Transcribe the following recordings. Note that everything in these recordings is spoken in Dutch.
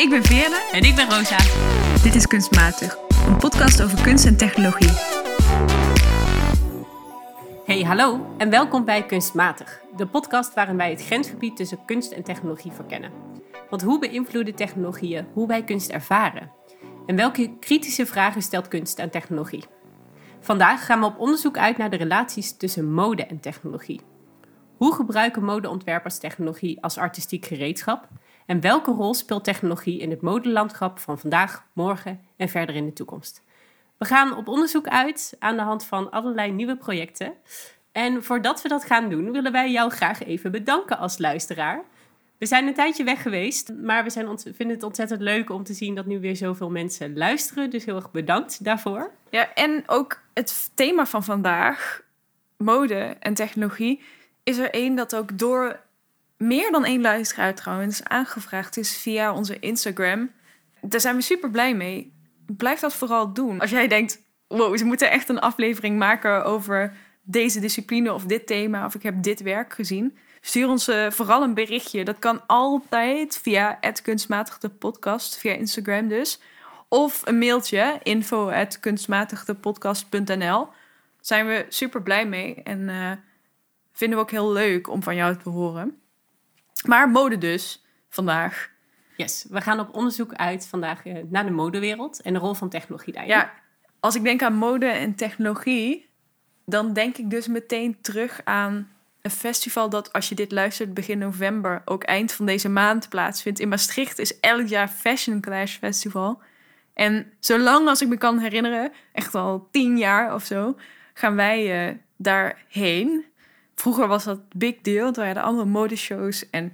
Ik ben Veerle. En ik ben Rosa. Dit is Kunstmatig, een podcast over kunst en technologie. Hey, hallo en welkom bij Kunstmatig. De podcast waarin wij het grensgebied tussen kunst en technologie verkennen. Want hoe beïnvloeden technologieën hoe wij kunst ervaren? En welke kritische vragen stelt kunst aan technologie? Vandaag gaan we op onderzoek uit naar de relaties tussen mode en technologie. Hoe gebruiken modeontwerpers technologie als artistiek gereedschap? En welke rol speelt technologie in het modelandschap van vandaag, morgen en verder in de toekomst? We gaan op onderzoek uit aan de hand van allerlei nieuwe projecten. En voordat we dat gaan doen, willen wij jou graag even bedanken als luisteraar. We zijn een tijdje weg geweest, maar we vinden het ontzettend leuk om te zien dat nu weer zoveel mensen luisteren. Dus heel erg bedankt daarvoor. Ja, en ook het thema van vandaag, mode en technologie, is er één dat ook door meer dan één luisteraar trouwens aangevraagd is via onze Instagram. Daar zijn we super blij mee. Blijf dat vooral doen. Als jij denkt, wow, ze moeten echt een aflevering maken over deze discipline of dit thema, of ik heb dit werk gezien, stuur ons vooral een berichtje. Dat kan altijd via @kunstmatigdepodcast, via Instagram dus. Of een mailtje, info@kunstmatigdepodcast.nl. Zijn we super blij mee en vinden we ook heel leuk om van jou te horen. Maar mode dus, vandaag. Yes, we gaan op onderzoek uit vandaag naar de modewereld en de rol van technologie daarin. Ja, als ik denk aan mode en technologie, dan denk ik dus meteen terug aan een festival dat, als je dit luistert, begin november, ook eind van deze maand plaatsvindt. In Maastricht is elk jaar Fashion Clash Festival. En zolang als ik me kan herinneren, echt al 10 jaar of zo, gaan wij daarheen. Vroeger was dat big deal, want er waren allemaal modeshows en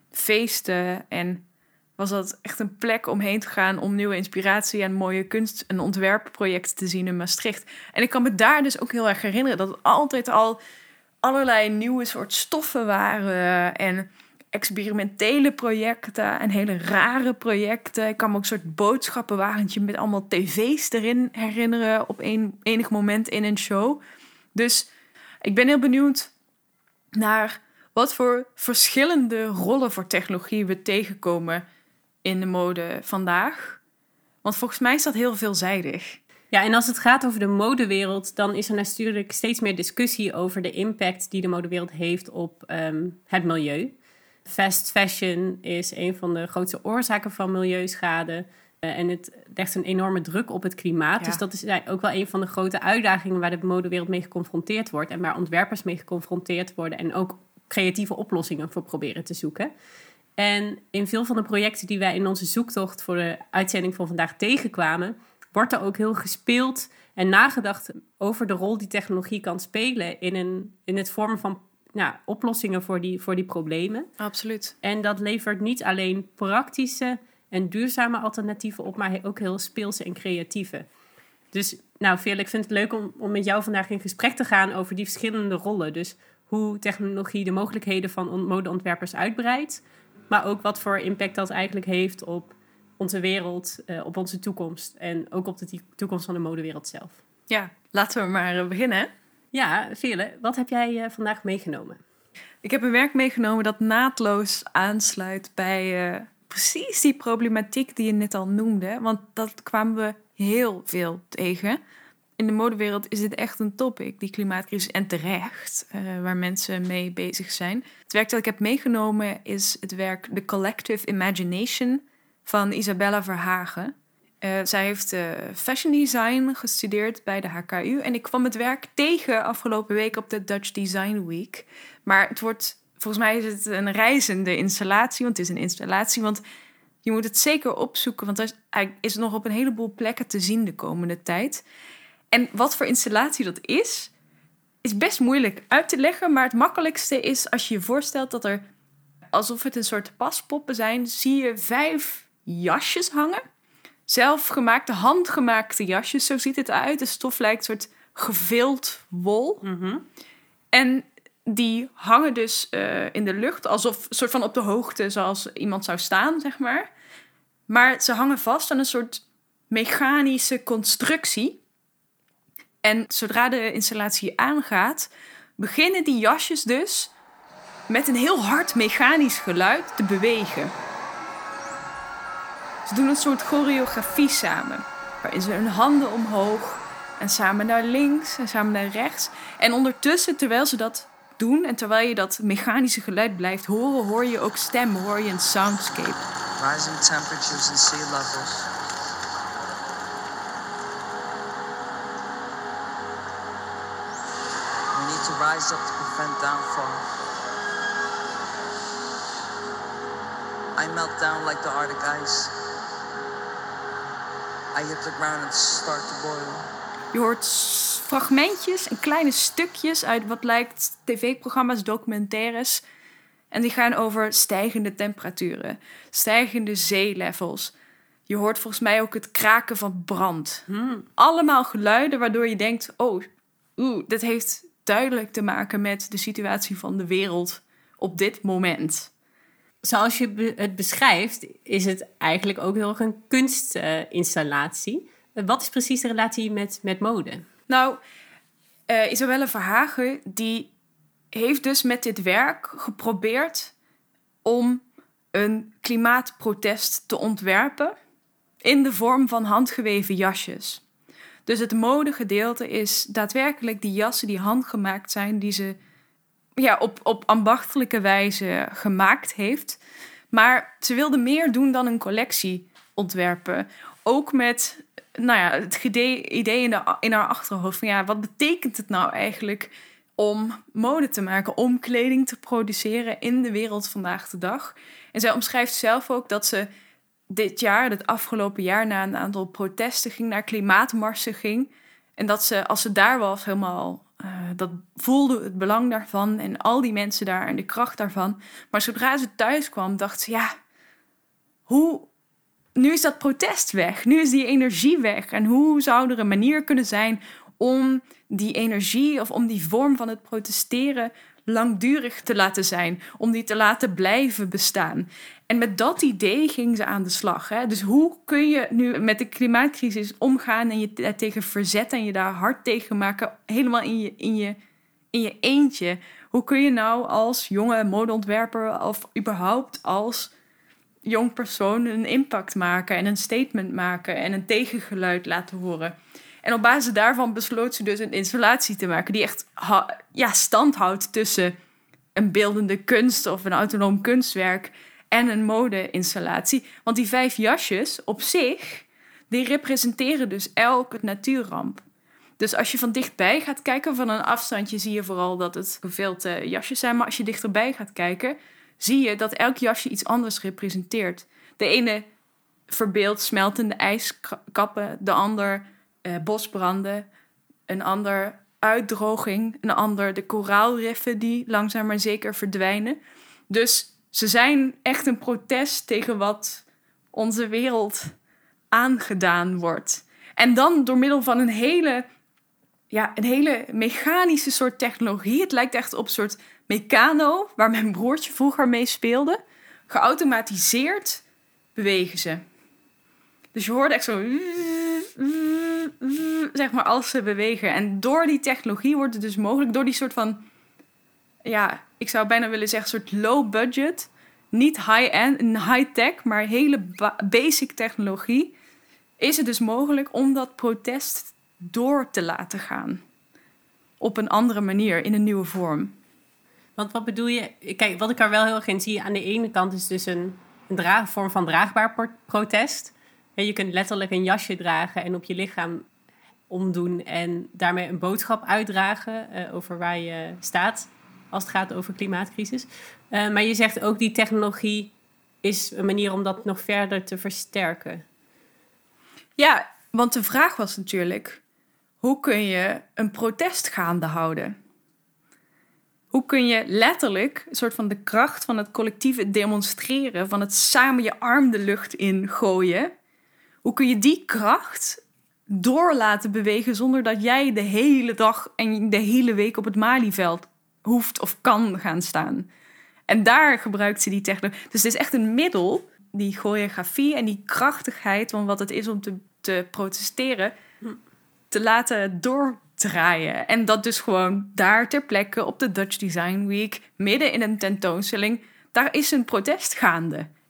feesten. En was dat echt een plek om heen te gaan om nieuwe inspiratie en mooie kunst- en ontwerpprojecten te zien in Maastricht. En ik kan me daar dus ook heel erg herinneren dat het altijd al allerlei nieuwe soort stoffen waren en experimentele projecten en hele rare projecten. Ik kan me ook een soort boodschappenwagentje met allemaal tv's erin herinneren op enig moment in een show. Dus ik ben heel benieuwd naar wat voor verschillende rollen voor technologie we tegenkomen in de mode vandaag. Want volgens mij is dat heel veelzijdig. Ja, en als het gaat over de modewereld, dan is er natuurlijk steeds meer discussie over de impact die de modewereld heeft op het milieu. Fast fashion is een van de grootste oorzaken van milieuschade. En het legt een enorme druk op het klimaat. Ja. Dus dat is ook wel een van de grote uitdagingen waar de modewereld mee geconfronteerd wordt. En waar ontwerpers mee geconfronteerd worden. En ook creatieve oplossingen voor proberen te zoeken. En in veel van de projecten die wij in onze zoektocht voor de uitzending van vandaag tegenkwamen, wordt er ook heel gespeeld en nagedacht over de rol die technologie kan spelen in het vormen van oplossingen voor die problemen. Absoluut. En dat levert niet alleen praktische en duurzame alternatieven op, maar ook heel speelse en creatieve. Dus Veerle, ik vind het leuk om met jou vandaag in gesprek te gaan over die verschillende rollen. Dus hoe technologie de mogelijkheden van modeontwerpers uitbreidt, maar ook wat voor impact dat eigenlijk heeft op onze wereld, op onze toekomst en ook op de toekomst van de modewereld zelf. Ja, laten we maar beginnen. Ja, Veerle, wat heb jij vandaag meegenomen? Ik heb een werk meegenomen dat naadloos aansluit bij precies die problematiek die je net al noemde. Want dat kwamen we heel veel tegen. In de modewereld is dit echt een topic, die klimaatcrisis, en terecht, waar mensen mee bezig zijn. Het werk dat ik heb meegenomen is het werk The Collective Imagination van Isabella Verhagen. Zij heeft fashion design gestudeerd bij de HKU. En ik kwam het werk tegen afgelopen week op de Dutch Design Week. Maar volgens mij is het een reizende installatie. Want het is een installatie, want je moet het zeker opzoeken. Want hij is nog op een heleboel plekken te zien de komende tijd. En wat voor installatie dat is best moeilijk uit te leggen. Maar het makkelijkste is als je je voorstelt dat er, alsof het een soort paspoppen zijn, zie je 5 jasjes hangen. Zelfgemaakte, handgemaakte jasjes, zo ziet het eruit. De stof lijkt een soort gevild wol. Mm-hmm. En die hangen dus in de lucht, alsof een soort van op de hoogte, zoals iemand zou staan, zeg maar. Maar ze hangen vast aan een soort mechanische constructie. En zodra de installatie aangaat, beginnen die jasjes dus met een heel hard mechanisch geluid te bewegen. Ze doen een soort choreografie samen. Waarin ze hun handen omhoog en samen naar links en samen naar rechts. En ondertussen, terwijl ze dat doen en terwijl je dat mechanische geluid blijft horen, hoor je ook stemmen, hoor je een soundscape. Rising temperatures and sea levels. We need to rise up to prevent downfall. I melt down like the Arctic ice. I hit the ground and start to boil. Je hoort fragmentjes en kleine stukjes uit wat lijkt tv-programma's, documentaires. En die gaan over stijgende temperaturen, stijgende zeelevels. Je hoort volgens mij ook het kraken van brand. Allemaal geluiden waardoor je denkt, dit heeft duidelijk te maken met de situatie van de wereld op dit moment. Zoals je het beschrijft, is het eigenlijk ook heel erg een kunstinstallatie. Wat is precies de relatie met mode? Nou, Isabelle Verhagen die heeft dus met dit werk geprobeerd om een klimaatprotest te ontwerpen in de vorm van handgeweven jasjes. Dus het modegedeelte is daadwerkelijk die jassen die handgemaakt zijn, die ze op ambachtelijke wijze gemaakt heeft. Maar ze wilde meer doen dan een collectie ontwerpen. Ook met het idee in haar achterhoofd van wat betekent het nou eigenlijk om mode te maken, om kleding te produceren in de wereld vandaag de dag. En zij omschrijft zelf ook dat ze het afgelopen jaar, na een aantal protesten ging, naar klimaatmarsen ging. En dat ze, als ze daar was, helemaal dat voelde het belang daarvan en al die mensen daar en de kracht daarvan. Maar zodra ze thuis kwam, dacht ze, nu is dat protest weg. Nu is die energie weg. En hoe zou er een manier kunnen zijn om die energie of om die vorm van het protesteren langdurig te laten zijn? Om die te laten blijven bestaan. En met dat idee ging ze aan de slag. Hè? Dus hoe kun je nu met de klimaatcrisis omgaan en je daartegen verzetten en je daar hard tegen maken, helemaal in je eentje? Hoe kun je nou als jonge modeontwerper of überhaupt als jong persoon een impact maken en een statement maken en een tegengeluid laten horen? En op basis daarvan besloot ze dus een installatie te maken die echt stand houdt tussen een beeldende kunst of een autonoom kunstwerk en een mode-installatie. Want die 5 jasjes op zich, die representeren dus elk het natuurramp. Dus als je van dichtbij gaat kijken, van een afstandje zie je vooral dat het gevelde jasjes zijn. Maar als je dichterbij gaat kijken, zie je dat elk jasje iets anders representeert. De ene verbeeldt smeltende ijskappen, de ander bosbranden, een ander uitdroging, een ander de koraalriffen die langzaam maar zeker verdwijnen. Dus ze zijn echt een protest tegen wat onze wereld aangedaan wordt. En dan door middel van een hele mechanische soort technologie. Het lijkt echt op een soort Meccano, waar mijn broertje vroeger mee speelde. Geautomatiseerd bewegen ze. Dus je hoorde echt zo, zeg maar, als ze bewegen. En door die technologie wordt het dus mogelijk, door die soort van, ik zou bijna willen zeggen, soort low budget, niet high-end, high-tech, maar hele basic technologie, is het dus mogelijk om dat protest door te laten gaan. Op een andere manier, in een nieuwe vorm. Want wat bedoel je? Kijk, wat ik er wel heel erg in zie, aan de ene kant is dus een vorm van draagbaar protest. Je kunt letterlijk een jasje dragen en op je lichaam omdoen en daarmee een boodschap uitdragen over waar je staat als het gaat over klimaatcrisis. Maar je zegt ook, die technologie is een manier om dat nog verder te versterken. Ja, want de vraag was natuurlijk, hoe kun je een protest gaande houden? Hoe kun je letterlijk een soort van de kracht van het collectieve demonstreren, van het samen je arm de lucht in gooien, hoe kun je die kracht door laten bewegen zonder dat jij de hele dag en de hele week op het Malieveld hoeft of kan gaan staan? En daar gebruikt ze die technologie. Dus het is echt een middel, die choreografie en die krachtigheid van wat het is om te protesteren, te laten doordraaien. En dat dus gewoon daar ter plekke op de Dutch Design Week, midden in een tentoonstelling, daar is een protest gaande.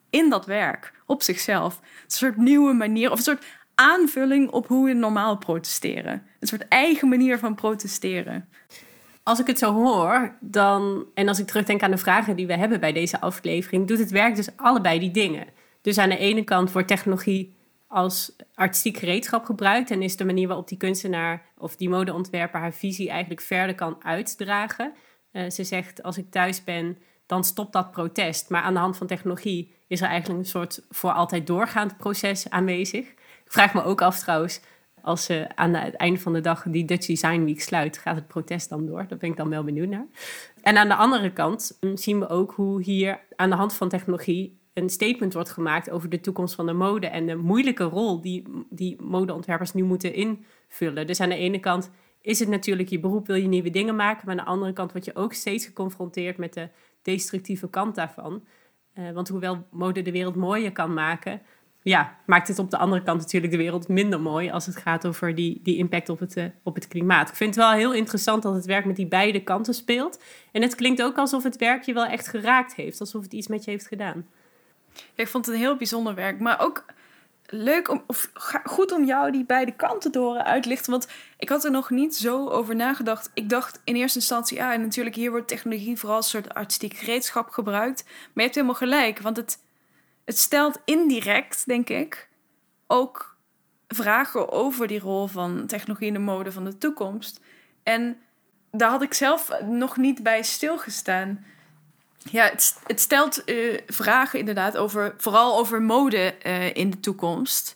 in dat werk, op zichzelf. Een soort nieuwe manier, of een soort aanvulling op hoe we normaal protesteren. Een soort eigen manier van protesteren. Als ik het zo hoor, en als ik terugdenk aan de vragen die we hebben bij deze aflevering, doet het werk dus allebei die dingen. Dus aan de ene kant wordt technologie als artistiek gereedschap gebruikt en is de manier waarop die kunstenaar of die modeontwerper haar visie eigenlijk verder kan uitdragen. Ze zegt, als ik thuis ben, dan stopt dat protest. Maar aan de hand van technologie is er eigenlijk een soort voor altijd doorgaand proces aanwezig. Ik vraag me ook af trouwens, als ze aan het einde van de dag die Dutch Design Week sluit, gaat het protest dan door? Daar ben ik dan wel benieuwd naar. En aan de andere kant zien we ook hoe hier aan de hand van technologie een statement wordt gemaakt over de toekomst van de mode en de moeilijke rol die modeontwerpers nu moeten invullen. Dus aan de ene kant is het natuurlijk je beroep, wil je nieuwe dingen maken, maar aan de andere kant word je ook steeds geconfronteerd met de destructieve kant daarvan. Want hoewel mode de wereld mooier kan maken, maakt het op de andere kant natuurlijk de wereld minder mooi als het gaat over die impact op het klimaat. Ik vind het wel heel interessant dat het werk met die beide kanten speelt. En het klinkt ook alsof het werk je wel echt geraakt heeft, alsof het iets met je heeft gedaan. Ja, ik vond het een heel bijzonder werk, maar ook leuk goed om jou die beide kanten te horen uitlichten. Want ik had er nog niet zo over nagedacht. Ik dacht in eerste instantie, en natuurlijk hier wordt technologie vooral als een soort artistiek gereedschap gebruikt. Maar je hebt helemaal gelijk, want het stelt indirect, denk ik, ook vragen over die rol van technologie in de mode van de toekomst. En daar had ik zelf nog niet bij stilgestaan. Ja, het stelt vragen inderdaad vooral over mode in de toekomst.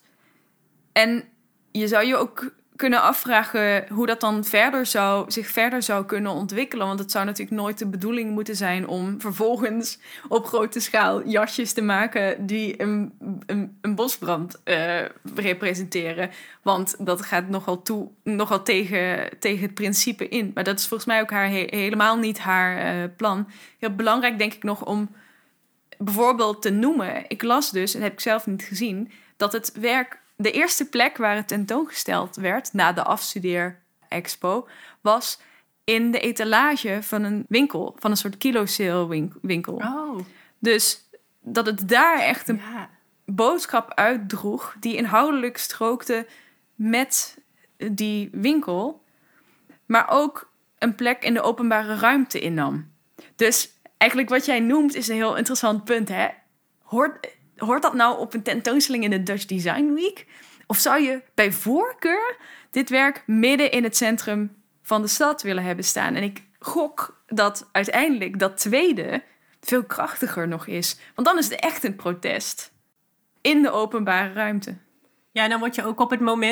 En je zou je ook kunnen afvragen hoe dat dan zich verder zou kunnen ontwikkelen. Want het zou natuurlijk nooit de bedoeling moeten zijn om vervolgens op grote schaal jasjes te maken die een bosbrand representeren. Want dat gaat nogal tegen het principe in. Maar dat is volgens mij ook helemaal niet haar plan. Heel belangrijk denk ik nog om bijvoorbeeld te noemen. Ik las dus, en heb ik zelf niet gezien, dat het werk, de eerste plek waar het tentoongesteld werd na de afstudeer-expo, was in de etalage van een winkel, van een soort kilo-sale winkel. Oh. Dus dat het daar echt een boodschap uitdroeg die inhoudelijk strookte met die winkel, maar ook een plek in de openbare ruimte innam. Dus eigenlijk wat jij noemt is een heel interessant punt, hè? Hoort dat nou op een tentoonstelling in de Dutch Design Week? Of zou je bij voorkeur dit werk midden in het centrum van de stad willen hebben staan? En ik gok dat uiteindelijk dat tweede veel krachtiger nog is. Want dan is het echt een protest in de openbare ruimte. Ja, dan word je ook op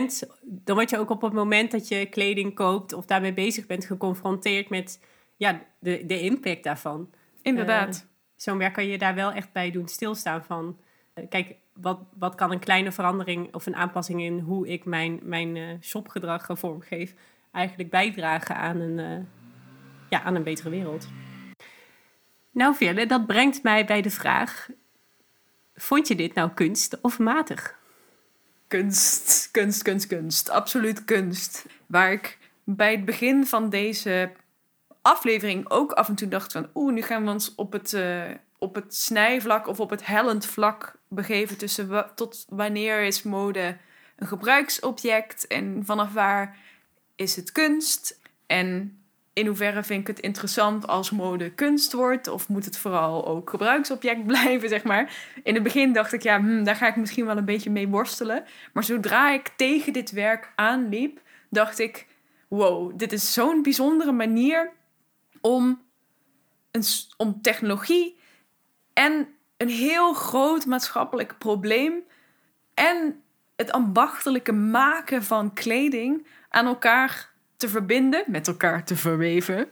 het moment dat je kleding koopt of daarmee bezig bent geconfronteerd met de impact daarvan. Inderdaad. Zo'n werk kan je daar wel echt bij doen stilstaan van. Kijk, wat kan een kleine verandering of een aanpassing in hoe ik mijn shopgedrag vormgeef eigenlijk bijdragen aan een betere wereld. Nou Veerle, dat brengt mij bij de vraag, vond je dit nou kunst of matig? Kunst. Absoluut kunst. Waar ik bij het begin van deze aflevering ook af en toe dacht van, nu gaan we ons op het snijvlak of op het hellend vlak begeven tussen tot wanneer is mode een gebruiksobject en vanaf waar is het kunst en in hoeverre vind ik het interessant als mode kunst wordt of moet het vooral ook gebruiksobject blijven, zeg maar. In het begin dacht ik, daar ga ik misschien wel een beetje mee worstelen. Maar zodra ik tegen dit werk aanliep, dacht ik, wow, dit is zo'n bijzondere manier om technologie en een heel groot maatschappelijk probleem en het ambachtelijke maken van kleding aan elkaar te verbinden, met elkaar te verweven.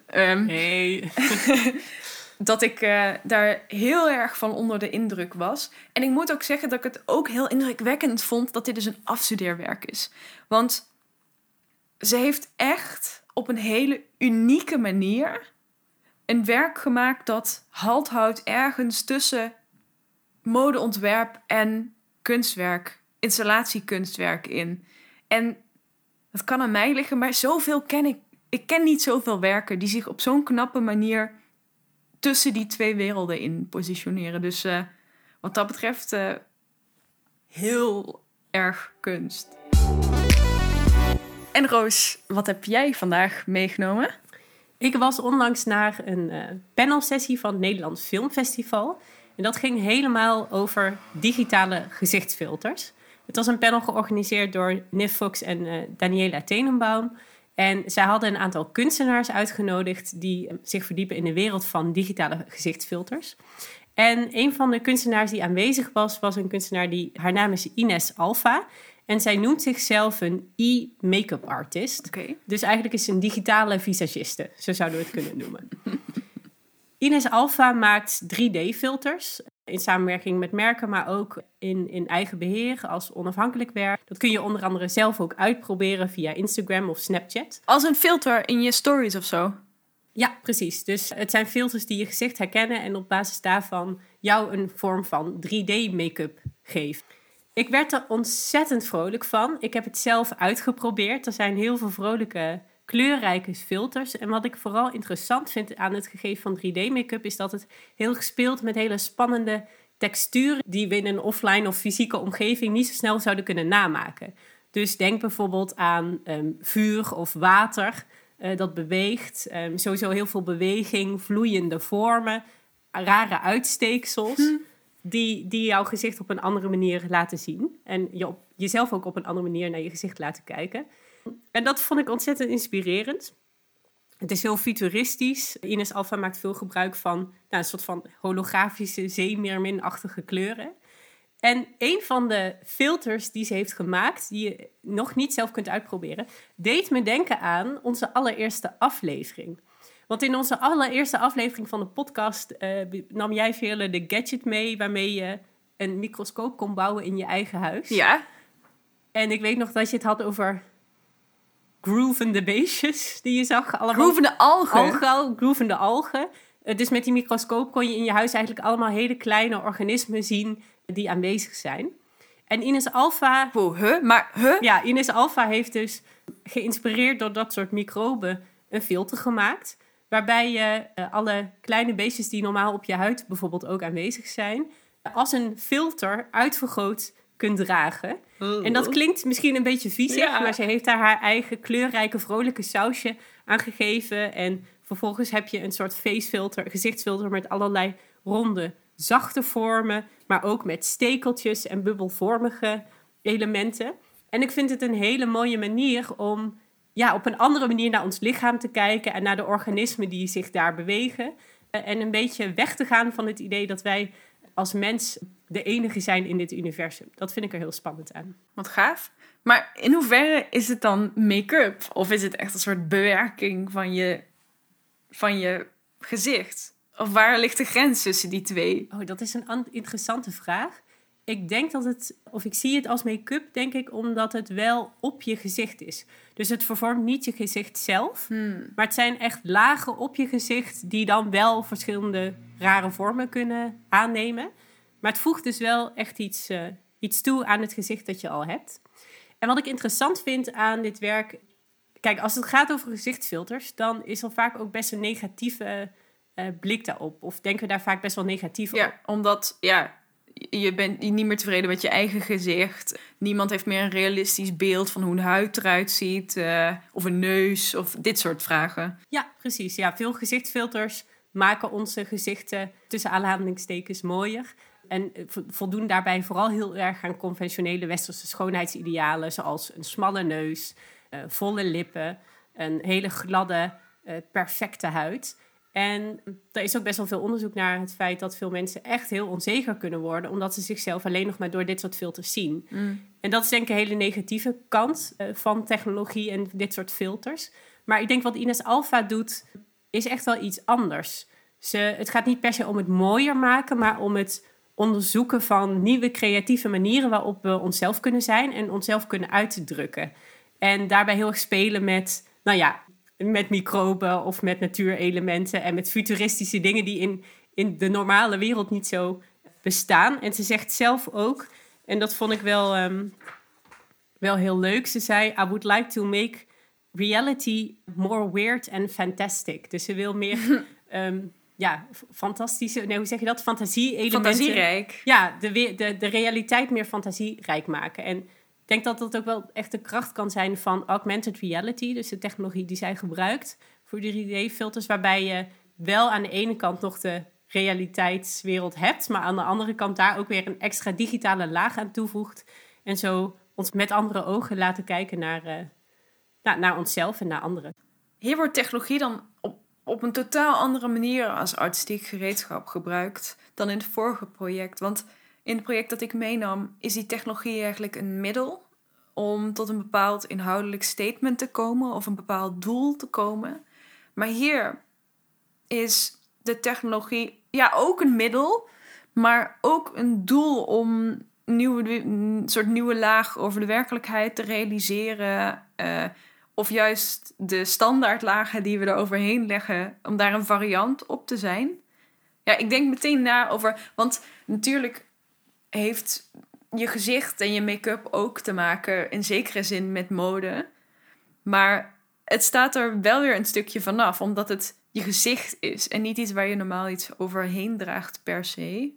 Dat ik daar heel erg van onder de indruk was. En ik moet ook zeggen dat ik het ook heel indrukwekkend vond dat dit dus een afstudeerwerk is. Want ze heeft echt op een hele unieke manier een werk gemaakt dat halt houdt ergens tussen modeontwerp en kunstwerk, installatiekunstwerk in. En dat kan aan mij liggen, maar zoveel ken ik. Ik ken niet zoveel werken die zich op zo'n knappe manier tussen die twee werelden in positioneren. Dus wat dat betreft heel erg kunst. En Roos, wat heb jij vandaag meegenomen? Ik was onlangs naar een panelsessie van het Nederlands Filmfestival. En dat ging helemaal over digitale gezichtsfilters. Het was een panel georganiseerd door Niv Fox en Daniela Tenenbaum. En zij hadden een aantal kunstenaars uitgenodigd die zich verdiepen in de wereld van digitale gezichtsfilters. En een van de kunstenaars die aanwezig was een kunstenaar haar naam is Ines Alfa. En zij noemt zichzelf een e-make-up artist. Okay. Dus eigenlijk is ze een digitale visagiste, zo zouden we het kunnen noemen. Ines Alfa maakt 3D-filters in samenwerking met merken, maar ook in eigen beheer als onafhankelijk werk. Dat kun je onder andere zelf ook uitproberen via Instagram of Snapchat. Als een filter in je stories of zo? Ja, precies. Dus het zijn filters die je gezicht herkennen en op basis daarvan jou een vorm van 3D-make-up geeft. Ik werd er ontzettend vrolijk van. Ik heb het zelf uitgeprobeerd. Er zijn heel veel vrolijke, kleurrijke filters. En wat ik vooral interessant vind aan het gegeven van 3D-make-up is dat het heel gespeeld met hele spannende texturen die we in een offline of fysieke omgeving niet zo snel zouden kunnen namaken. Dus denk bijvoorbeeld aan vuur of water dat beweegt. Sowieso heel veel beweging, vloeiende vormen, rare uitsteeksels. Die jouw gezicht op een andere manier laten zien. En jezelf ook op een andere manier naar je gezicht laten kijken. En dat vond ik ontzettend inspirerend. Het is heel futuristisch. Ines Alfa maakt veel gebruik van een soort van holografische, zeemeerminachtige kleuren. En een van de filters die ze heeft gemaakt, die je nog niet zelf kunt uitproberen, deed me denken aan onze allereerste aflevering. Want in onze allereerste aflevering van de podcast nam jij, Veerle, de gadget mee waarmee je een microscoop kon bouwen in je eigen huis. Ja. En ik weet nog dat je het had over groovende beestjes die je zag. Allemaal Groovende algen. Groovende algen. Dus met die microscoop kon je in je huis eigenlijk allemaal hele kleine organismen zien die aanwezig zijn. En Ines Alfa... Ja, Ines Alfa heeft dus geïnspireerd door dat soort microben een filter gemaakt, waarbij je alle kleine beestjes die normaal op je huid bijvoorbeeld ook aanwezig zijn, als een filter uitvergroot kunt dragen. En dat klinkt misschien een beetje viezig, maar ze heeft daar haar eigen kleurrijke, vrolijke sausje aan gegeven. En vervolgens heb je een soort facefilter, gezichtsfilter met allerlei ronde, zachte vormen, maar ook met stekeltjes en bubbelvormige elementen. En ik vind het een hele mooie manier om op een andere manier naar ons lichaam te kijken en naar de organismen die zich daar bewegen. En een beetje weg te gaan van het idee dat wij als mens de enige zijn in dit universum. Dat vind ik er heel spannend aan. Wat gaaf. Maar in hoeverre is het dan make-up? Of is het echt een soort bewerking van je gezicht? Of waar ligt de grens tussen die twee? Oh, dat is een interessante vraag. Ik denk ik zie het als make-up, denk ik, omdat het wel op je gezicht is. Dus het vervormt niet je gezicht zelf, maar het zijn echt lagen op je gezicht die dan wel verschillende rare vormen kunnen aannemen. Maar het voegt dus wel echt iets toe aan het gezicht dat je al hebt. En wat ik interessant vind aan dit werk, kijk, als het gaat over gezichtsfilters, dan is er vaak ook best een negatieve blik daarop. Of denken we daar vaak best wel negatief op. Ja, omdat je bent niet meer tevreden met je eigen gezicht. Niemand heeft meer een realistisch beeld van hoe een huid eruit ziet. Of een neus, of dit soort vragen. Ja, precies. Ja, veel gezichtsfilters maken onze gezichten tussen aanhalingstekens mooier. En voldoen daarbij vooral heel erg aan conventionele westerse schoonheidsidealen, zoals een smalle neus, volle lippen, een hele gladde, perfecte huid. En er is ook best wel veel onderzoek naar het feit dat veel mensen echt heel onzeker kunnen worden, omdat ze zichzelf alleen nog maar door dit soort filters zien. En dat is denk ik een hele negatieve kant van technologie en dit soort filters. Maar ik denk wat Ines Alfa doet, is echt wel iets anders. Het gaat niet per se om het mooier maken, maar om het onderzoeken van nieuwe creatieve manieren waarop we onszelf kunnen zijn en onszelf kunnen uitdrukken. En daarbij heel erg spelen met, met microben of met natuurelementen en met futuristische dingen die in de normale wereld niet zo bestaan. En ze zegt zelf ook, en dat vond ik wel heel leuk, ze zei, I would like to make reality more weird and fantastic. Dus ze wil meer fantastische... Nee, hoe zeg je dat? Fantasie-elementen. Fantasierijk. Ja, de realiteit meer fantasierijk maken. En ik denk dat dat ook wel echt de kracht kan zijn van augmented reality. Dus de technologie die zij gebruikt voor 3D-filters. Waarbij je wel aan de ene kant nog de realiteitswereld hebt. Maar aan de andere kant daar ook weer een extra digitale laag aan toevoegt. En zo ons met andere ogen laten kijken naar onszelf en naar anderen. Hier wordt technologie dan op een totaal andere manier als artistiek gereedschap gebruikt dan in het vorige project. Want in het project dat ik meenam is die technologie eigenlijk een middel om tot een bepaald inhoudelijk statement te komen of een bepaald doel te komen. Maar hier is de technologie ook een middel, maar ook een doel om een soort nieuwe laag over de werkelijkheid te realiseren. Of juist de standaardlagen die we er overheen leggen, om daar een variant op te zijn. Ja, ik denk meteen na over... Want natuurlijk heeft je gezicht en je make-up ook te maken in zekere zin met mode. Maar het staat er wel weer een stukje vanaf, omdat het je gezicht is en niet iets waar je normaal iets overheen draagt per se.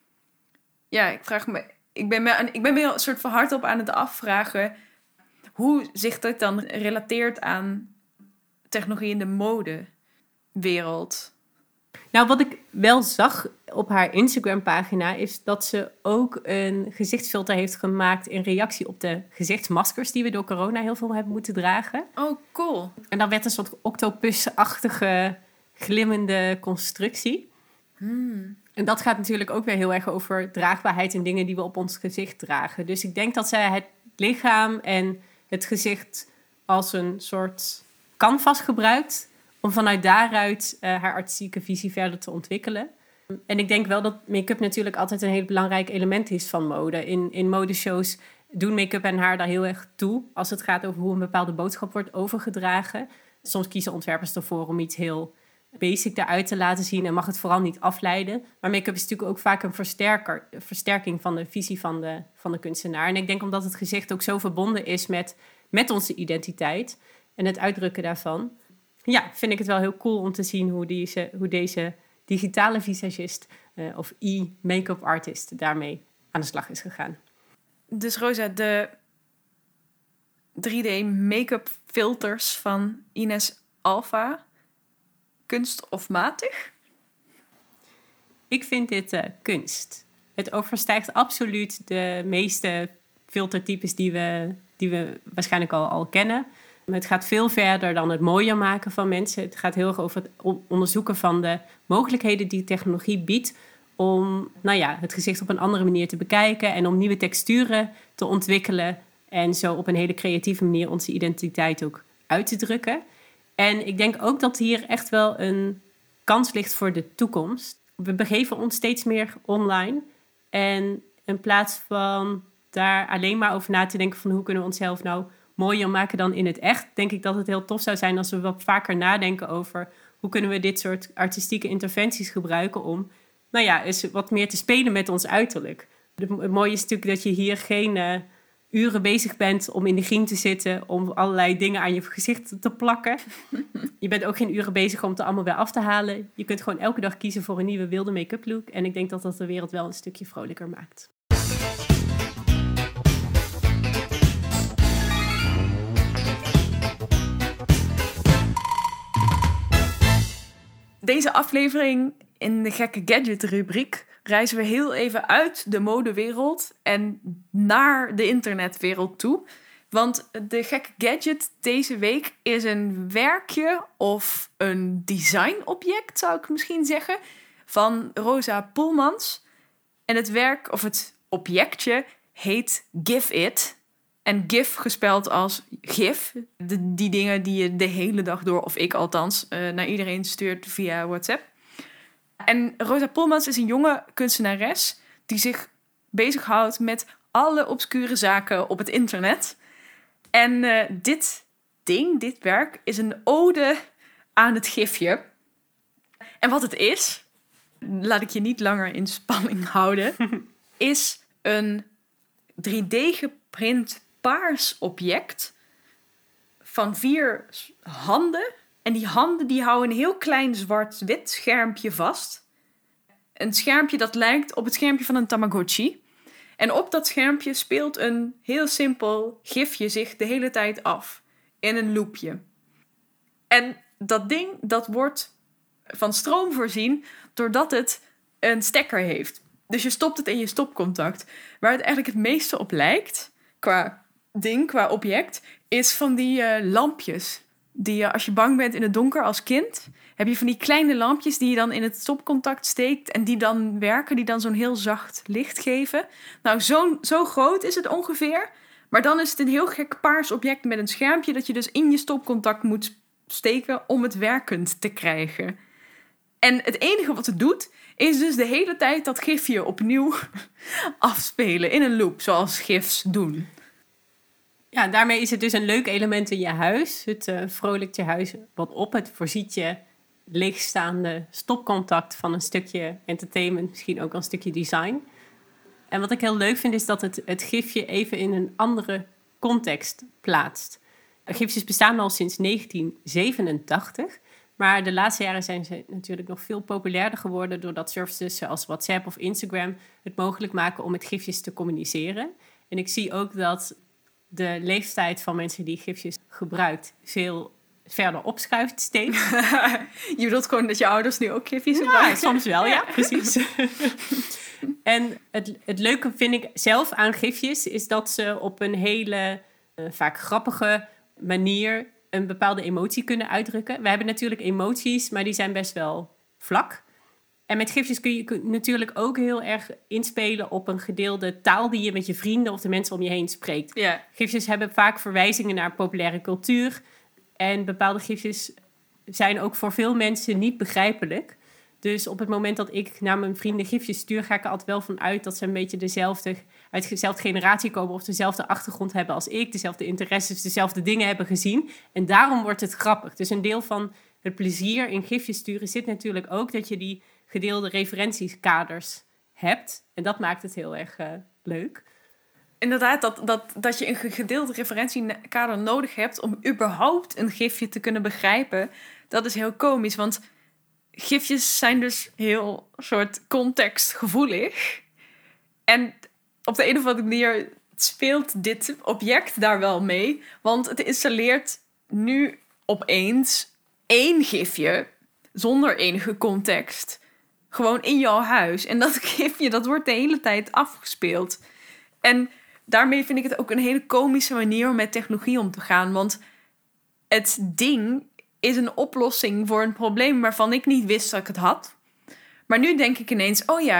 Ja, ik ben me een soort van hardop aan het afvragen hoe zich dat dan relateert aan technologie in de modewereld. Nou, wat ik wel zag op haar Instagram-pagina is dat ze ook een gezichtsfilter heeft gemaakt in reactie op de gezichtsmaskers die we door corona heel veel hebben moeten dragen. Oh, cool. En dan werd een soort octopusachtige, glimmende constructie. En dat gaat natuurlijk ook weer heel erg over draagbaarheid en dingen die we op ons gezicht dragen. Dus ik denk dat zij het lichaam en het gezicht als een soort canvas gebruikt om vanuit daaruit haar artistieke visie verder te ontwikkelen. En ik denk wel dat make-up natuurlijk altijd een heel belangrijk element is van mode. In modeshows doen make-up en haar daar heel erg toe als het gaat over hoe een bepaalde boodschap wordt overgedragen. Soms kiezen ontwerpers ervoor om iets heel basic eruit te laten zien en mag het vooral niet afleiden. Maar make-up is natuurlijk ook vaak een versterking van de visie van de kunstenaar. En ik denk omdat het gezicht ook zo verbonden is met onze identiteit en het uitdrukken daarvan. Ja, vind ik het wel heel cool om te zien hoe deze digitale visagist of e-make-up artist daarmee aan de slag is gegaan. Dus Rosa, de 3D make-up filters van Ines Alpha, kunst of matig? Ik vind dit kunst. Het overstijgt absoluut de meeste filtertypes die we waarschijnlijk al kennen. Het gaat veel verder dan het mooier maken van mensen. Het gaat heel erg over het onderzoeken van de mogelijkheden die technologie biedt om het gezicht op een andere manier te bekijken en om nieuwe texturen te ontwikkelen en zo op een hele creatieve manier onze identiteit ook uit te drukken. En ik denk ook dat hier echt wel een kans ligt voor de toekomst. We begeven ons steeds meer online. En in plaats van daar alleen maar over na te denken van hoe kunnen we onszelf nou mooier maken dan in het echt, denk ik dat het heel tof zou zijn als we wat vaker nadenken over hoe kunnen we dit soort artistieke interventies gebruiken om eens wat meer te spelen met ons uiterlijk. Het mooie is natuurlijk dat je hier geen uren bezig bent om in de griem te zitten, om allerlei dingen aan je gezicht te plakken. Je bent ook geen uren bezig om het allemaal weer af te halen. Je kunt gewoon elke dag kiezen voor een nieuwe wilde make-up look. En ik denk dat dat de wereld wel een stukje vrolijker maakt. Deze aflevering in de gekke gadget-rubriek reizen we heel even uit de modewereld en naar de internetwereld toe. Want de gekke gadget deze week is een werkje of een designobject, zou ik misschien zeggen, van Rosa Poelmans. En het werk of het objectje heet Give It. En GIF gespeld als GIF. Die dingen die je de hele dag door, of ik althans, naar iedereen stuurt via WhatsApp. En Rosa Poelmans is een jonge kunstenares die zich bezighoudt met alle obscure zaken op het internet. En dit werk, is een ode aan het gifje. En wat het is, laat ik je niet langer in spanning houden, is een 3D geprint paars object van 4 handen En die handen die houden een heel klein zwart-wit schermpje vast. Een schermpje dat lijkt op het schermpje van een Tamagotchi. En op dat schermpje speelt een heel simpel gifje zich de hele tijd af. In een loopje. En dat ding, dat wordt van stroom voorzien doordat het een stekker heeft. Dus je stopt het in je stopcontact. Waar het eigenlijk het meeste op lijkt, qua object, is van die lampjes. Die je, als je bang bent in het donker als kind, heb je van die kleine lampjes die je dan in het stopcontact steekt en die dan werken, die dan zo'n heel zacht licht geven. Nou, zo groot is het ongeveer. Maar dan is het een heel gek paars object met een schermpje dat je dus in je stopcontact moet steken om het werkend te krijgen. En het enige wat het doet, is dus de hele tijd dat gifje opnieuw afspelen in een loop, zoals gifs doen. Ja, daarmee is het dus een leuk element in je huis. Het vrolijkt je huis wat op. Het voorziet je leegstaande stopcontact van een stukje entertainment, misschien ook een stukje design. En wat ik heel leuk vind, is dat het gifje even in een andere context plaatst. Gifjes bestaan al sinds 1987... Maar de laatste jaren zijn ze natuurlijk nog veel populairder geworden doordat services zoals WhatsApp of Instagram het mogelijk maken om met gifjes te communiceren. En ik zie ook dat de leeftijd van mensen die gifjes gebruikt veel verder opschuift steeds. Je bedoelt gewoon dat je ouders nu ook gifjes gebruiken? Ja, soms wel, ja, precies. En het leuke vind ik zelf aan gifjes is dat ze op een hele vaak grappige manier een bepaalde emotie kunnen uitdrukken. We hebben natuurlijk emoties, maar die zijn best wel vlak. En met gifjes kun je natuurlijk ook heel erg inspelen op een gedeelde taal die je met je vrienden of de mensen om je heen spreekt. Ja. Gifjes hebben vaak verwijzingen naar populaire cultuur. En bepaalde gifjes zijn ook voor veel mensen niet begrijpelijk. Dus op het moment dat ik naar mijn vrienden gifjes stuur, ga ik er altijd wel van uit dat ze een beetje uit dezelfde generatie komen of dezelfde achtergrond hebben als ik, dezelfde interesses, dezelfde dingen hebben gezien. En daarom wordt het grappig. Dus een deel van het plezier in gifjes sturen zit natuurlijk ook dat je die gedeelde referentiekaders hebt. En dat maakt het heel erg leuk. Inderdaad, dat je een gedeelde referentiekader nodig hebt om überhaupt een gifje te kunnen begrijpen, dat is heel komisch, want gifjes zijn dus heel soort contextgevoelig. En op de een of andere manier speelt dit object daar wel mee. Want het installeert nu opeens 1 gifje zonder enige context. Gewoon in jouw huis. En dat gifje, dat wordt de hele tijd afgespeeld. En daarmee vind ik het ook een hele komische manier om met technologie om te gaan. Want het ding is een oplossing voor een probleem waarvan ik niet wist dat ik het had. Maar nu denk ik ineens, oh ja,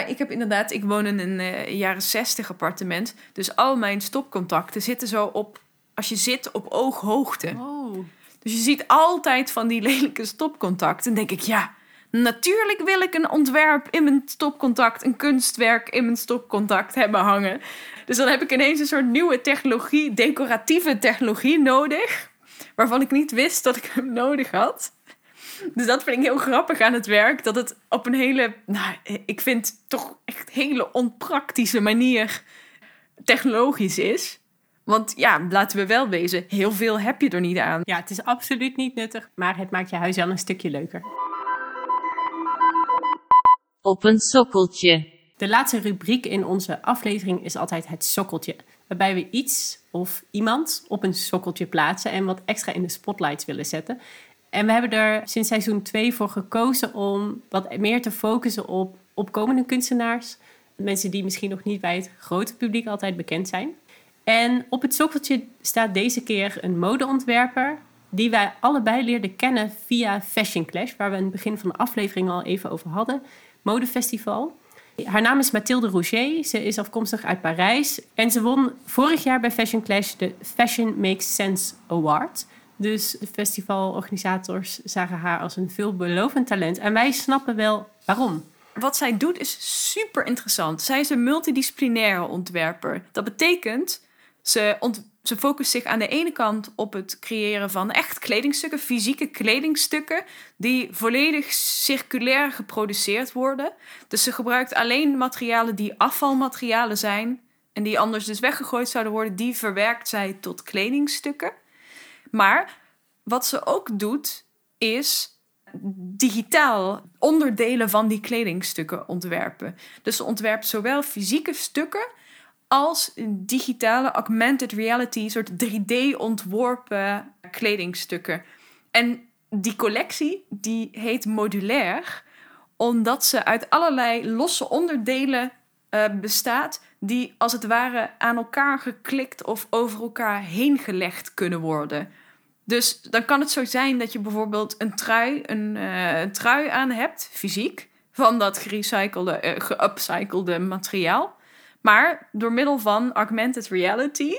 ik woon in een jaren 60 appartement. Dus al mijn stopcontacten zitten zo op, als je zit, op ooghoogte. Oh. Dus je ziet altijd van die lelijke stopcontacten. En denk ik, ja, natuurlijk wil ik een ontwerp in mijn stopcontact, een kunstwerk in mijn stopcontact hebben hangen. Dus dan heb ik ineens een soort nieuwe technologie, decoratieve technologie nodig, waarvan ik niet wist dat ik hem nodig had. Dus dat vind ik heel grappig aan het werk. Dat het op een hele, ik vind toch echt hele onpraktische manier technologisch is. Want ja, laten we wel wezen, heel veel heb je er niet aan. Ja, het is absoluut niet nuttig, maar het maakt je huis wel een stukje leuker. Op een sokkeltje. De laatste rubriek in onze aflevering is altijd het sokkeltje. Waarbij we iets of iemand op een sokkeltje plaatsen en wat extra in de spotlights willen zetten. En we hebben er sinds seizoen 2 voor gekozen om wat meer te focussen op opkomende kunstenaars. Mensen die misschien nog niet bij het grote publiek altijd bekend zijn. En op het sokkeltje staat deze keer een modeontwerper die wij allebei leerden kennen via Fashion Clash, waar we in het begin van de aflevering al even over hadden. Modefestival. Haar naam is Mathilde Rouget. Ze is afkomstig uit Parijs. En ze won vorig jaar bij Fashion Clash de Fashion Makes Sense Award. Dus de festivalorganisators zagen haar als een veelbelovend talent. En wij snappen wel waarom. Wat zij doet is super interessant. Zij is een multidisciplinaire ontwerper. Dat betekent, ze focust zich aan de ene kant op het creëren van echt kledingstukken, fysieke kledingstukken, die volledig circulair geproduceerd worden. Dus ze gebruikt alleen materialen die afvalmaterialen zijn en die anders dus weggegooid zouden worden, die verwerkt zij tot kledingstukken. Maar wat ze ook doet, is digitaal onderdelen van die kledingstukken ontwerpen. Dus ze ontwerpen zowel fysieke stukken als digitale augmented reality, soort 3D ontworpen kledingstukken. En die collectie die heet modulair, omdat ze uit allerlei losse onderdelen bestaat die als het ware aan elkaar geklikt of over elkaar heen gelegd kunnen worden. Dus dan kan het zo zijn dat je bijvoorbeeld een trui aan hebt, fysiek, van dat geupcyclede materiaal. Maar door middel van augmented reality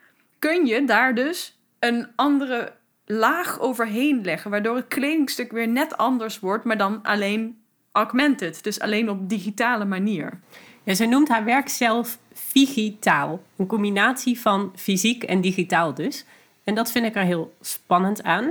kun je daar dus een andere laag overheen leggen, waardoor het kledingstuk weer net anders wordt, maar dan alleen augmented, dus alleen op digitale manier. Ja, zij noemt haar werk zelf Figitaal. Een combinatie van fysiek en digitaal dus. En dat vind ik er heel spannend aan.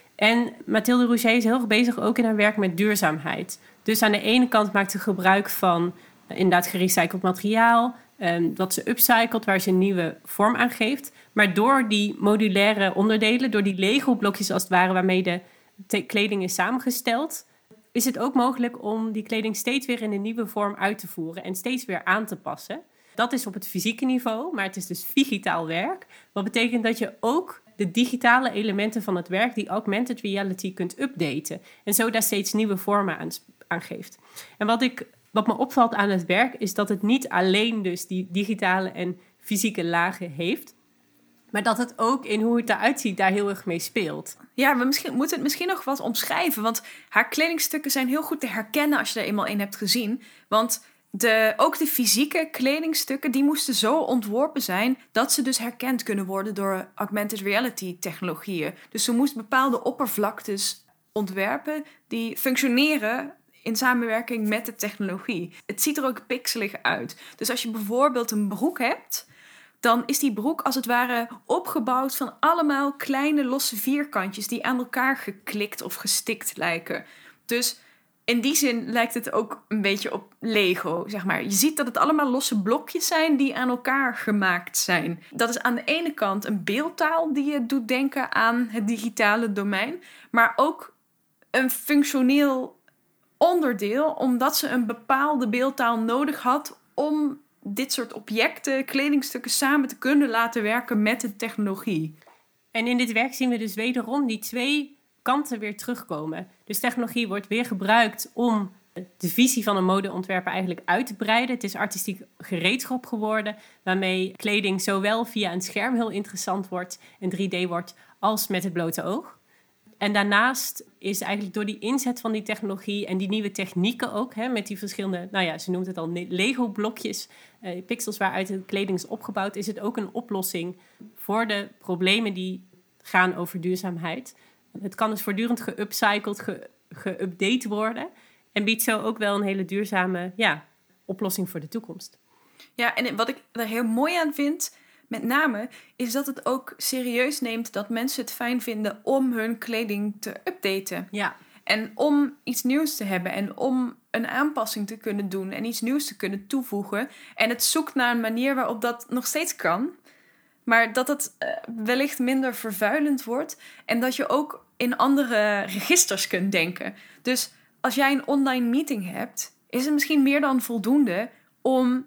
En Mathilde Rouget is heel erg bezig ook in haar werk met duurzaamheid. Dus aan de ene kant maakt ze gebruik van inderdaad gerecycled materiaal, dat ze upcycelt, waar ze een nieuwe vorm aan geeft. Maar door die modulaire onderdelen, door die Lego-blokjes als het ware, waarmee de kleding is samengesteld, is het ook mogelijk om die kleding steeds weer in een nieuwe vorm uit te voeren en steeds weer aan te passen. Dat is op het fysieke niveau, maar het is dus digitaal werk. Wat betekent dat je ook de digitale elementen van het werk, die augmented reality, kunt updaten. En zo daar steeds nieuwe vormen aan geeft. En wat me opvalt aan het werk is dat het niet alleen dus die digitale en fysieke lagen heeft, maar dat het ook in hoe het eruit ziet daar heel erg mee speelt. Ja, we moeten het misschien nog wat omschrijven. Want haar kledingstukken zijn heel goed te herkennen als je er eenmaal een hebt gezien. Want ook de fysieke kledingstukken, die moesten zo ontworpen zijn dat ze dus herkend kunnen worden door augmented reality technologieën. Dus ze moest bepaalde oppervlaktes ontwerpen die functioneren in samenwerking met de technologie. Het ziet er ook pixelig uit. Dus als je bijvoorbeeld een broek hebt, dan is die broek als het ware opgebouwd van allemaal kleine losse vierkantjes die aan elkaar geklikt of gestikt lijken. Dus in die zin lijkt het ook een beetje op Lego, zeg maar. Je ziet dat het allemaal losse blokjes zijn die aan elkaar gemaakt zijn. Dat is aan de ene kant een beeldtaal die je doet denken aan het digitale domein, maar ook een functioneel onderdeel, omdat ze een bepaalde beeldtaal nodig had om dit soort objecten, kledingstukken samen te kunnen laten werken met de technologie. En in dit werk zien we dus wederom die twee kanten weer terugkomen. Dus technologie wordt weer gebruikt om de visie van een modeontwerper eigenlijk uit te breiden. Het is artistiek gereedschap geworden, waarmee kleding zowel via een scherm heel interessant wordt en 3D wordt, als met het blote oog. En daarnaast is eigenlijk door die inzet van die technologie en die nieuwe technieken ook, met die verschillende, ze noemt het al Lego-blokjes, pixels waaruit de kleding is opgebouwd, is het ook een oplossing voor de problemen die gaan over duurzaamheid. Het kan dus voortdurend geupcycled, geüpdate worden en biedt zo ook wel een hele duurzame oplossing voor de toekomst. Ja, en wat ik er heel mooi aan vind, met name, is dat het ook serieus neemt dat mensen het fijn vinden om hun kleding te updaten. Ja. En om iets nieuws te hebben en om een aanpassing te kunnen doen en iets nieuws te kunnen toevoegen. En het zoekt naar een manier waarop dat nog steeds kan, maar dat het wellicht minder vervuilend wordt en dat je ook in andere registers kunt denken. Dus als jij een online meeting hebt, is het misschien meer dan voldoende om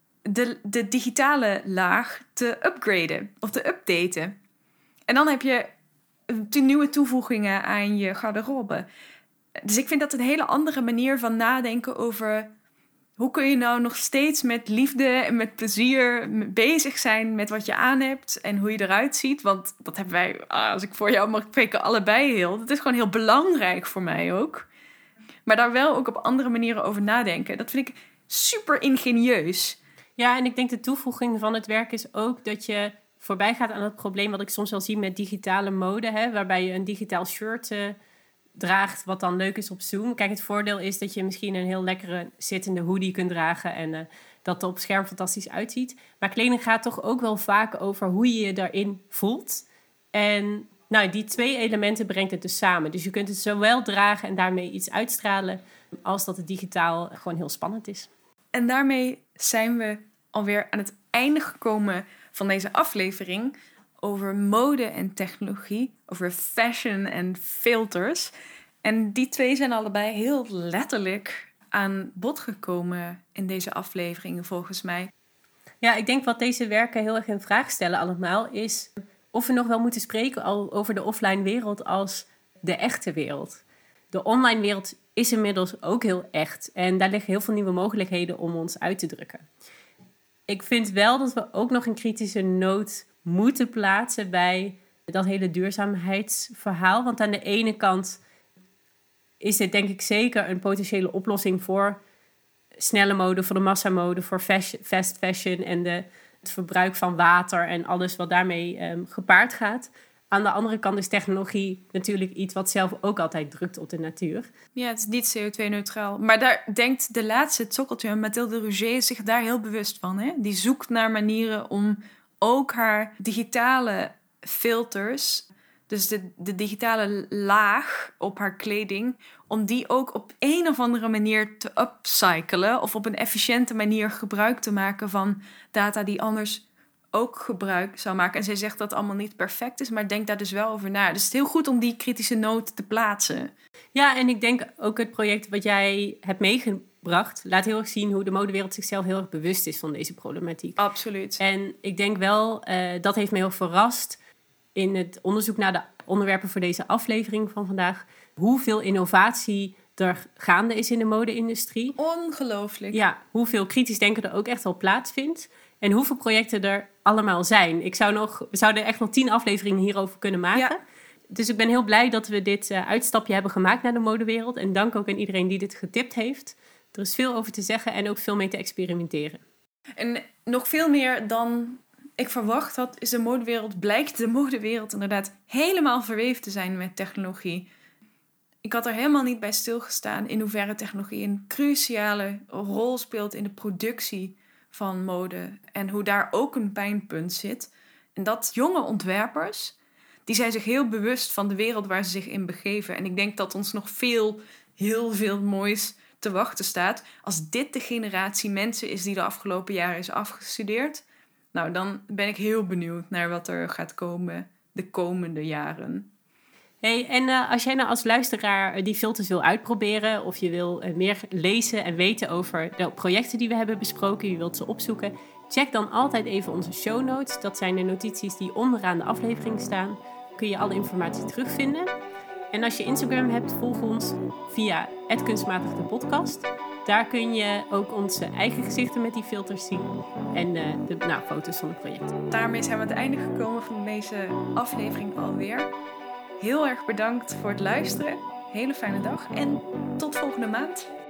de digitale laag te upgraden of te updaten. En dan heb je nieuwe toevoegingen aan je garderobe. Dus ik vind dat een hele andere manier van nadenken over hoe kun je nou nog steeds met liefde en met plezier bezig zijn met wat je aan hebt en hoe je eruit ziet. Want dat hebben wij, als ik voor jou mag spreken, allebei heel. Dat is gewoon heel belangrijk voor mij ook. Maar daar wel ook op andere manieren over nadenken. Dat vind ik super ingenieus. Ja, en ik denk de toevoeging van het werk is ook dat je voorbij gaat aan het probleem wat ik soms wel zie met digitale mode, waarbij je een digitaal shirt draagt wat dan leuk is op Zoom. Kijk, het voordeel is dat je misschien een heel lekkere zittende hoodie kunt dragen en dat er op scherm fantastisch uitziet. Maar kleding gaat toch ook wel vaak over hoe je je daarin voelt. En die twee elementen brengt het dus samen. Dus je kunt het zowel dragen en daarmee iets uitstralen, als dat het digitaal gewoon heel spannend is. En daarmee zijn we alweer aan het einde gekomen van deze aflevering over mode en technologie, over fashion en filters. En die twee zijn allebei heel letterlijk aan bod gekomen in deze afleveringen volgens mij. Ja, ik denk wat deze werken heel erg in vraag stellen allemaal is of we nog wel moeten spreken over de offline wereld als de echte wereld. De online wereld is inmiddels ook heel echt en daar liggen heel veel nieuwe mogelijkheden om ons uit te drukken. Ik vind wel dat we ook nog een kritische noot moeten plaatsen bij dat hele duurzaamheidsverhaal. Want aan de ene kant is dit denk ik zeker een potentiële oplossing voor snelle mode, voor de massamode, voor fast fashion en het verbruik van water en alles wat daarmee gepaard gaat. Aan de andere kant is technologie natuurlijk iets wat zelf ook altijd drukt op de natuur. Ja, het is niet CO2-neutraal. Maar daar denkt de laatste, het sokkeltje, Mathilde Rouget, zich daar heel bewust van. Hè? Die zoekt naar manieren om ook haar digitale filters, dus de digitale laag op haar kleding, om die ook op een of andere manier te upcyclen of op een efficiënte manier gebruik te maken van data die anders ook gebruik zou maken. En zij zegt dat het allemaal niet perfect is, maar denk daar dus wel over na. Dus het is heel goed om die kritische noot te plaatsen. Ja, en ik denk ook het project wat jij hebt meegebracht laat heel erg zien hoe de modewereld zichzelf heel erg bewust is van deze problematiek. Absoluut. En ik denk wel, dat heeft me heel verrast in het onderzoek naar de onderwerpen voor deze aflevering van vandaag, hoeveel innovatie er gaande is in de mode-industrie. Ongelooflijk. Ja, hoeveel kritisch denken er ook echt wel plaatsvindt. En hoeveel projecten er allemaal zijn. We zouden echt nog 10 afleveringen hierover kunnen maken. Ja. Dus ik ben heel blij dat we dit uitstapje hebben gemaakt naar de modewereld. En dank ook aan iedereen die dit getipt heeft. Er is veel over te zeggen en ook veel mee te experimenteren. En nog veel meer dan ik verwacht had, blijkt de modewereld inderdaad helemaal verweven te zijn met technologie. Ik had er helemaal niet bij stilgestaan in hoeverre technologie een cruciale rol speelt in de productie van mode en hoe daar ook een pijnpunt zit. En dat jonge ontwerpers, die zijn zich heel bewust van de wereld waar ze zich in begeven. En ik denk dat ons nog heel veel moois te wachten staat. Als dit de generatie mensen is die de afgelopen jaren is afgestudeerd, nou, dan ben ik heel benieuwd naar wat er gaat komen de komende jaren. Hey, en als jij nou als luisteraar die filters wil uitproberen of je wil meer lezen en weten over de projecten die we hebben besproken, je wilt ze opzoeken, check dan altijd even onze show notes. Dat zijn de notities die onderaan de aflevering staan. Kun je alle informatie terugvinden. En als je Instagram hebt, volg ons via @kunstmatigdepodcast. Daar kun je ook onze eigen gezichten met die filters zien en de foto's van het project. Daarmee zijn we aan het einde gekomen van deze aflevering alweer. Heel erg bedankt voor het luisteren. Hele fijne dag en tot volgende maand.